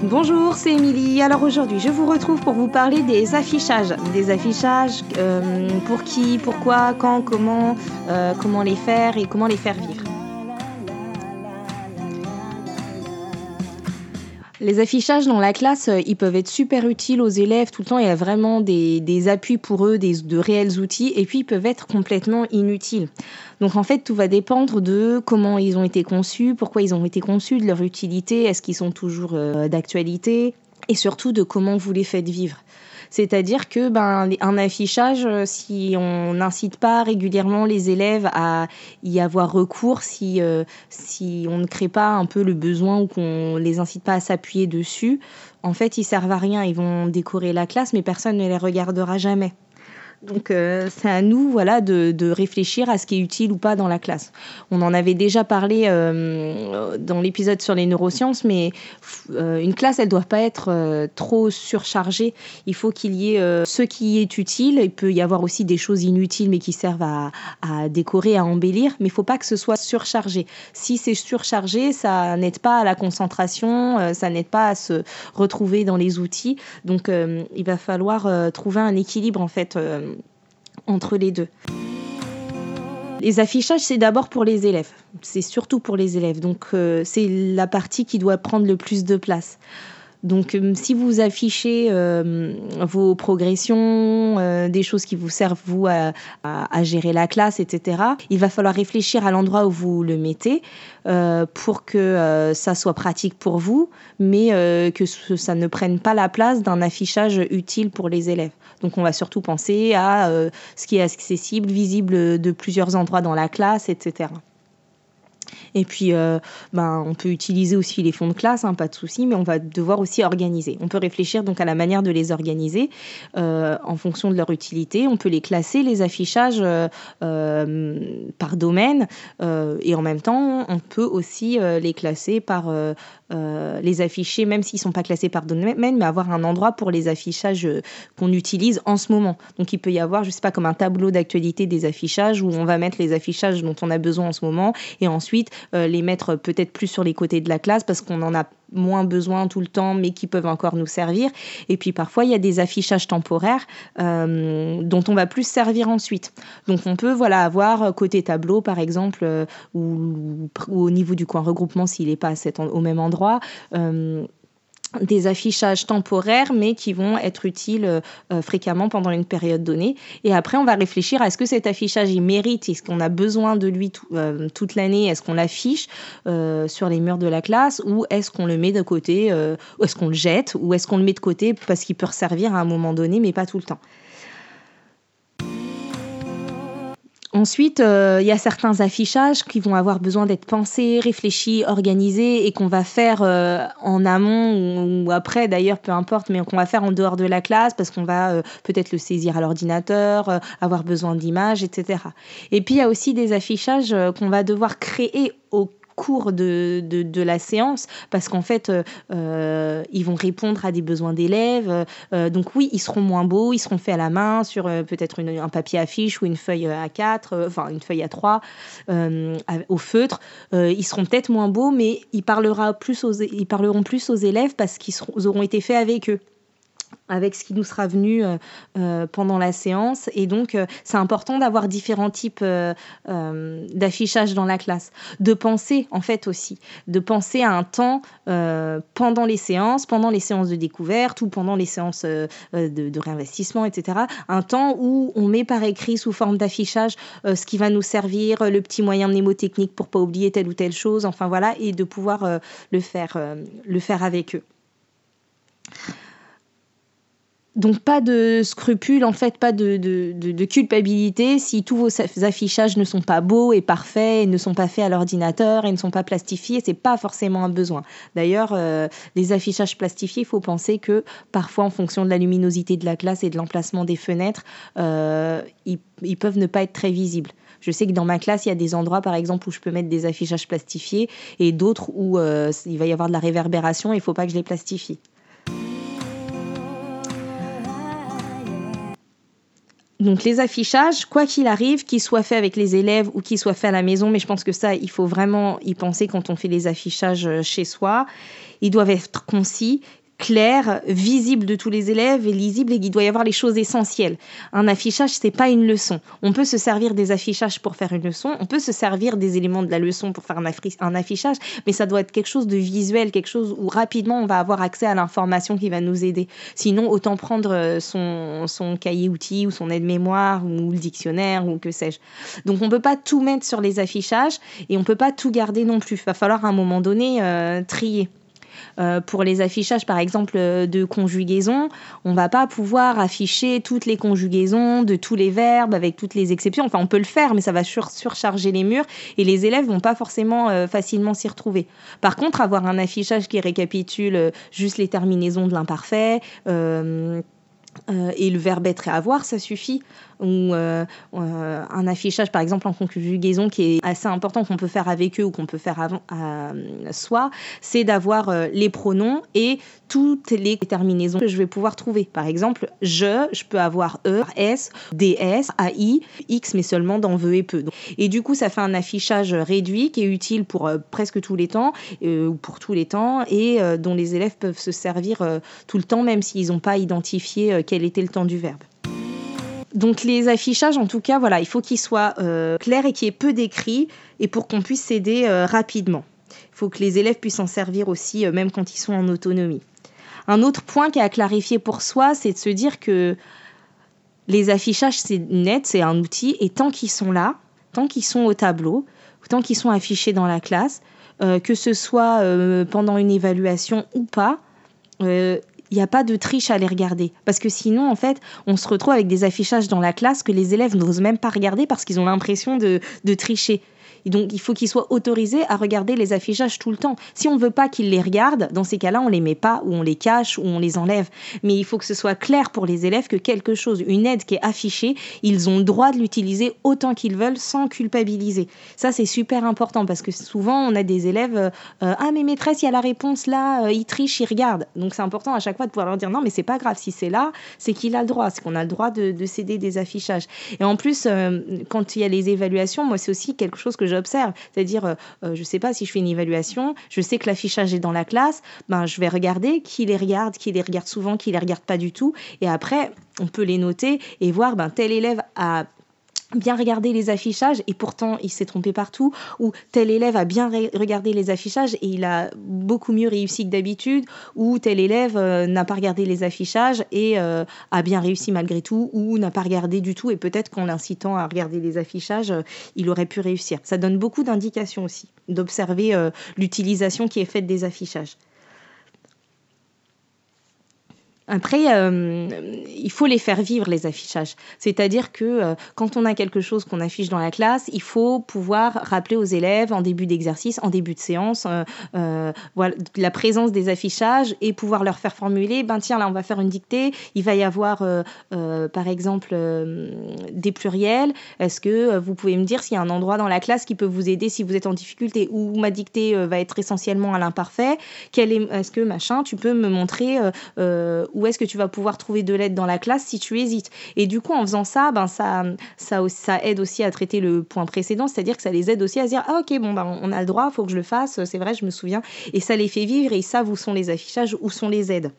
Bonjour, c'est Émilie. Alors aujourd'hui, je vous retrouve pour vous parler des affichages. Des affichages, pour qui, pourquoi, quand, comment les faire et comment les faire vivre. Les affichages dans la classe, ils peuvent être super utiles aux élèves tout le temps. Il y a vraiment des appuis pour eux, de réels outils. Et puis, ils peuvent être complètement inutiles. Donc, en fait, tout va dépendre de comment ils ont été conçus, pourquoi ils ont été conçus, de leur utilité, est-ce qu'ils sont toujours d'actualité et surtout de comment vous les faites vivre. C'est-à-dire que un affichage, si on n'incite pas régulièrement les élèves à y avoir recours, si on ne crée pas un peu le besoin ou qu'on les incite pas à s'appuyer dessus, en fait, ils servent à rien. Ils vont décorer la classe, mais personne ne les regardera jamais. Donc, c'est à nous, voilà, de réfléchir à ce qui est utile ou pas dans la classe. On en avait déjà parlé dans l'épisode sur les neurosciences, mais une classe, elle doit pas être trop surchargée. Il faut qu'il y ait ce qui est utile. Il peut y avoir aussi des choses inutiles, mais qui servent à décorer, à embellir. Mais il faut pas que ce soit surchargé. Si c'est surchargé, ça n'aide pas à la concentration, ça n'aide pas à se retrouver dans les outils. Donc, il va falloir trouver un équilibre, en fait, entre les deux. Les affichages, c'est d'abord pour les élèves. C'est surtout pour les élèves. Donc, c'est la partie qui doit prendre le plus de place. Donc, si vous affichez vos progressions, des choses qui vous servent, vous, à gérer la classe, etc., il va falloir réfléchir à l'endroit où vous le mettez pour que ça soit pratique pour vous, mais que ça ne prenne pas la place d'un affichage utile pour les élèves. Donc, on va surtout penser à ce qui est accessible, visible de plusieurs endroits dans la classe, etc. Et puis, on peut utiliser aussi les fonds de classe, pas de souci, mais on va devoir aussi organiser. On peut réfléchir donc à la manière de les organiser en fonction de leur utilité. On peut les classer, les affichages, par domaine. Et en même temps, on peut aussi les classer par les afficher, même s'ils ne sont pas classés par domaine, mais avoir un endroit pour les affichages qu'on utilise en ce moment. Donc, il peut y avoir, je ne sais pas, comme un tableau d'actualité des affichages où on va mettre les affichages dont on a besoin en ce moment et ensuite les mettre peut-être plus sur les côtés de la classe parce qu'on en a moins besoin tout le temps, mais qui peuvent encore nous servir. Et puis parfois, il y a des affichages temporaires dont on va plus servir ensuite. Donc on peut avoir côté tableau, par exemple, ou au niveau du coin regroupement, s'il n'est pas au même endroit, des affichages temporaires, mais qui vont être utiles fréquemment pendant une période donnée. Et après, on va réfléchir à est-ce que cet affichage, il mérite, est-ce qu'on a besoin de lui toute l'année, est-ce qu'on l'affiche sur les murs de la classe, ou est-ce qu'on le met de côté, ou est-ce qu'on le jette, ou est-ce qu'on le met de côté parce qu'il peut resservir à un moment donné, mais pas tout le temps. Ensuite, il y a certains affichages qui vont avoir besoin d'être pensés, réfléchis, organisés et qu'on va faire en amont ou après d'ailleurs, peu importe, mais qu'on va faire en dehors de la classe parce qu'on va peut-être le saisir à l'ordinateur, avoir besoin d'images, etc. Et puis, il y a aussi des affichages qu'on va devoir créer au cours de la séance parce qu'en fait ils vont répondre à des besoins d'élèves, donc oui, ils seront moins beaux, ils seront faits à la main sur peut-être un papier affiche ou une feuille A4, une feuille A3 au feutre, ils seront peut-être moins beaux, mais ils parleront plus aux élèves parce qu'ils auront été faits avec eux, avec ce qui nous sera venu pendant la séance. Et donc, c'est important d'avoir différents types d'affichage dans la classe. De penser, en fait, aussi. De penser à un temps pendant les séances de découverte ou pendant les séances de réinvestissement, etc. Un temps où on met par écrit sous forme d'affichage ce qui va nous servir, le petit moyen mnémotechnique pour ne pas oublier telle ou telle chose, enfin voilà, et de pouvoir le faire avec eux. Donc pas de scrupules, en fait, pas de culpabilité si tous vos affichages ne sont pas beaux et parfaits, et ne sont pas faits à l'ordinateur et ne sont pas plastifiés, c'est pas forcément un besoin. D'ailleurs, les affichages plastifiés, il faut penser que parfois, en fonction de la luminosité de la classe et de l'emplacement des fenêtres, ils peuvent ne pas être très visibles. Je sais que dans ma classe, il y a des endroits, par exemple, où je peux mettre des affichages plastifiés et d'autres où il va y avoir de la réverbération et il ne faut pas que je les plastifie. Donc les affichages, quoi qu'il arrive, qu'ils soient faits avec les élèves ou qu'ils soient faits à la maison, mais je pense que ça, il faut vraiment y penser quand on fait les affichages chez soi, ils doivent être concis, clairs, visibles de tous les élèves et lisibles, et il doit y avoir les choses essentielles. Un affichage, c'est pas une leçon. On peut se servir des affichages pour faire une leçon, on peut se servir des éléments de la leçon pour faire un affichage, mais ça doit être quelque chose de visuel, quelque chose où rapidement on va avoir accès à l'information qui va nous aider. Sinon, autant prendre son cahier outil ou son aide-mémoire ou le dictionnaire ou que sais-je. Donc on peut pas tout mettre sur les affichages et on peut pas tout garder non plus. Il va falloir à un moment donné trier. Pour les affichages, par exemple, de conjugaison, on va pas pouvoir afficher toutes les conjugaisons de tous les verbes avec toutes les exceptions. Enfin, on peut le faire, mais ça va surcharger les murs et les élèves vont pas forcément facilement s'y retrouver. Par contre, avoir un affichage qui récapitule juste les terminaisons de l'imparfait, et le verbe être et avoir, ça suffit. Ou un affichage, par exemple, en conjugaison qui est assez important, qu'on peut faire avec eux ou qu'on peut faire soi, c'est d'avoir les pronoms et toutes les terminaisons que je vais pouvoir trouver. Par exemple, je peux avoir s, ds, ai, x, mais seulement dans veut et peut. Et du coup, ça fait un affichage réduit qui est utile pour presque tous les temps, ou pour tous les temps, et dont les élèves peuvent se servir tout le temps, même s'ils n'ont pas identifié quel était le temps du verbe. Donc les affichages, en tout cas, voilà, il faut qu'ils soient clairs et qu'il y ait peu d'écrits, et pour qu'on puisse s'aider rapidement. Il faut que les élèves puissent s'en servir aussi, même quand ils sont en autonomie. Un autre point qui est à clarifier pour soi, c'est de se dire que les affichages, c'est net, c'est un outil, et tant qu'ils sont là, tant qu'ils sont au tableau, tant qu'ils sont affichés dans la classe, que ce soit pendant une évaluation ou pas, il n'y a pas de triche à les regarder. Parce que sinon, en fait, on se retrouve avec des affichages dans la classe que les élèves n'osent même pas regarder parce qu'ils ont l'impression de tricher. Et donc, il faut qu'ils soient autorisés à regarder les affichages tout le temps. Si on ne veut pas qu'ils les regardent, dans ces cas-là, on ne les met pas ou on les cache ou on les enlève. Mais il faut que ce soit clair pour les élèves que quelque chose, une aide qui est affichée, ils ont le droit de l'utiliser autant qu'ils veulent sans culpabiliser. Ça, c'est super important parce que souvent, on a des élèves « Ah, mais maîtresse, il y a la réponse là, ils trichent, ils regardent. » Donc, c'est important à chaque fois de pouvoir leur dire « Non, mais c'est pas grave, si c'est là, c'est qu'il a le droit, c'est qu'on a le droit de céder des affichages. » Et en plus, quand il y a les évaluations, moi, c'est aussi quelque chose que j'observe, c'est-à-dire, je sais pas, si je fais une évaluation, je sais que l'affichage est dans la classe, ben, je vais regarder qui les regarde souvent, qui les regarde pas du tout, et après, on peut les noter et voir, ben, tel élève a bien regardé les affichages et pourtant il s'est trompé partout, ou tel élève a bien regardé les affichages et il a beaucoup mieux réussi que d'habitude, ou tel élève n'a pas regardé les affichages et a bien réussi malgré tout, ou n'a pas regardé du tout et peut-être qu'en l'incitant à regarder les affichages, il aurait pu réussir. Ça donne beaucoup d'indications aussi, d'observer l'utilisation qui est faite des affichages. Après, il faut les faire vivre, les affichages. C'est-à-dire que quand on a quelque chose qu'on affiche dans la classe, il faut pouvoir rappeler aux élèves en début d'exercice, en début de séance, voilà, la présence des affichages et pouvoir leur faire formuler, ben tiens, là, on va faire une dictée, il va y avoir, par exemple, des pluriels. Est-ce que vous pouvez me dire s'il y a un endroit dans la classe qui peut vous aider si vous êtes en difficulté, ou ma dictée va être essentiellement à l'imparfait? Est-ce que, machin, tu peux me montrer où est-ce que tu vas pouvoir trouver de l'aide dans la classe si tu hésites. Et du coup, en faisant ça, ben ça aide aussi à traiter le point précédent, c'est-à-dire que ça les aide aussi à se dire « Ah ok, bon, ben, on a le droit, il faut que je le fasse, c'est vrai, je me souviens. » Et ça les fait vivre et ils savent où sont les affichages, où sont les aides.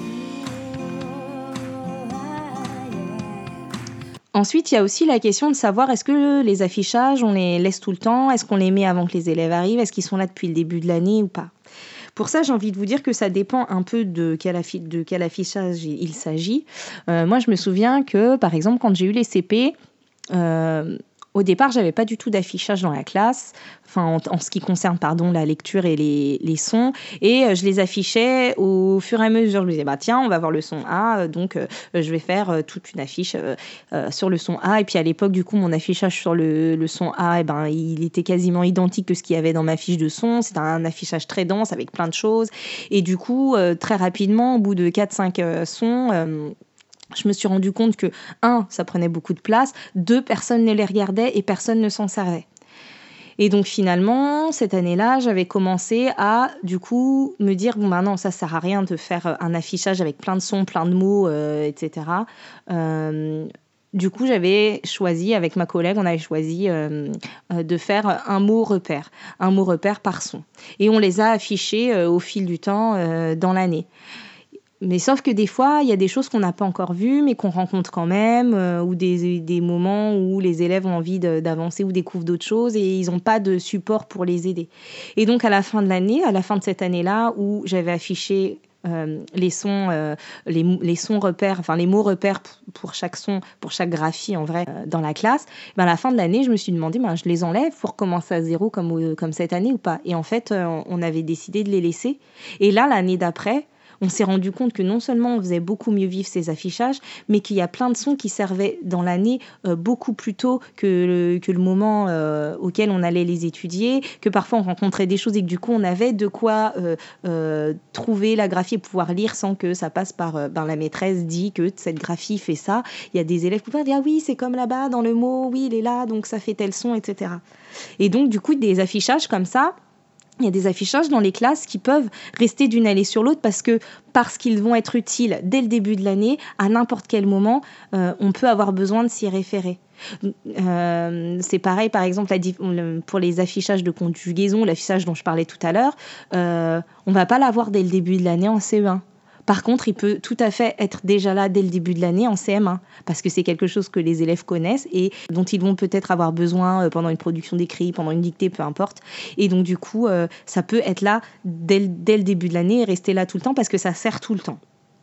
Ensuite, il y a aussi la question de savoir est-ce que les affichages, on les laisse tout le temps? Est-ce qu'on les met avant que les élèves arrivent? Est-ce qu'ils sont là depuis le début de l'année ou pas? Pour ça, j'ai envie de vous dire que ça dépend un peu de quel affichage il s'agit. Moi, je me souviens que, par exemple, quand j'ai eu les CP, au départ, j'avais pas du tout d'affichage dans la classe, enfin en ce qui concerne la lecture et les sons, et je les affichais au fur et à mesure. Je me disais bah tiens, on va voir le son A, donc je vais faire toute une affiche sur le son A. Et puis à l'époque, du coup, mon affichage sur le son A, il était quasiment identique que ce qu'il y avait dans ma fiche de son. C'était un affichage très dense avec plein de choses, et du coup, très rapidement, au bout de 4-5 sons, je me suis rendu compte que, 1, ça prenait beaucoup de place, 2, personne ne les regardait et personne ne s'en servait. Et donc finalement, cette année-là, j'avais commencé à, du coup, me dire, bon, non, ça sert à rien de faire un affichage avec plein de sons, plein de mots, etc. Du coup, j'avais choisi, avec ma collègue, on avait choisi de faire un mot repère par son. Et on les a affichés au fil du temps dans l'année. Mais sauf que des fois, il y a des choses qu'on n'a pas encore vues, mais qu'on rencontre quand même, ou des moments où les élèves ont envie d'avancer ou découvrent d'autres choses et ils n'ont pas de support pour les aider. Et donc, à la fin de l'année, à la fin de cette année-là, où j'avais affiché les sons repères, enfin les mots repères pour chaque son, pour chaque graphie en vrai dans la classe, à la fin de l'année, je me suis demandé, je les enlève pour recommencer à zéro comme cette année ou pas. Et en fait, on avait décidé de les laisser. Et là, l'année d'après, on s'est rendu compte que non seulement on faisait beaucoup mieux vivre ces affichages, mais qu'il y a plein de sons qui servaient dans l'année beaucoup plus tôt que le moment auquel on allait les étudier, que parfois on rencontrait des choses et que du coup on avait de quoi trouver la graphie et pouvoir lire sans que ça passe par la maîtresse dit que cette graphie fait ça. Il y a des élèves qui peuvent dire ah oui c'est comme là-bas dans le mot, oui il est là donc ça fait tel son, etc. Et donc du coup des affichages comme ça, il y a des affichages dans les classes qui peuvent rester d'une année sur l'autre parce qu'ils vont être utiles dès le début de l'année, à n'importe quel moment, on peut avoir besoin de s'y référer. C'est pareil, par exemple, pour les affichages de conjugaison, l'affichage dont je parlais tout à l'heure, on ne va pas l'avoir dès le début de l'année en CE1. Par contre, il peut tout à fait être déjà là dès le début de l'année en CM1, parce que c'est quelque chose que les élèves connaissent et dont ils vont peut-être avoir besoin pendant une production d'écrit, pendant une dictée, peu importe. Et donc, du coup, ça peut être là dès le début de l'année et rester là tout le temps parce que ça sert tout le temps.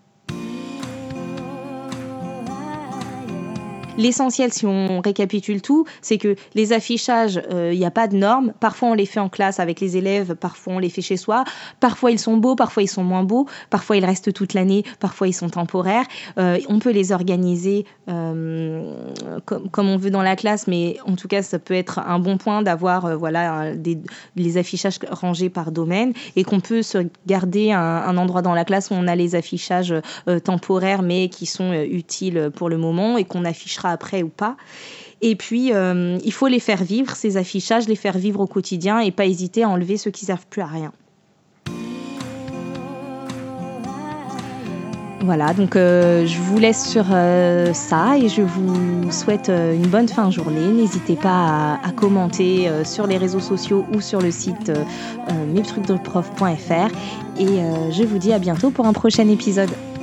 L'essentiel, si on récapitule tout, c'est que les affichages, il n'y a pas de normes. Parfois, on les fait en classe avec les élèves, parfois, on les fait chez soi. Parfois, ils sont beaux, parfois, ils sont moins beaux. Parfois, ils restent toute l'année, parfois, ils sont temporaires. On peut les organiser comme on veut dans la classe, mais en tout cas, ça peut être un bon point d'avoir les affichages rangés par domaine et qu'on peut se garder un endroit dans la classe où on a les affichages temporaires, mais qui sont utiles pour le moment et qu'on affichera après ou pas. Et puis, il faut les faire vivre, ces affichages, les faire vivre au quotidien et pas hésiter à enlever ceux qui ne servent plus à rien. Voilà, donc je vous laisse sur ça et je vous souhaite une bonne fin de journée. N'hésitez pas à commenter sur les réseaux sociaux ou sur le site mestrucsdeprof.fr et je vous dis à bientôt pour un prochain épisode.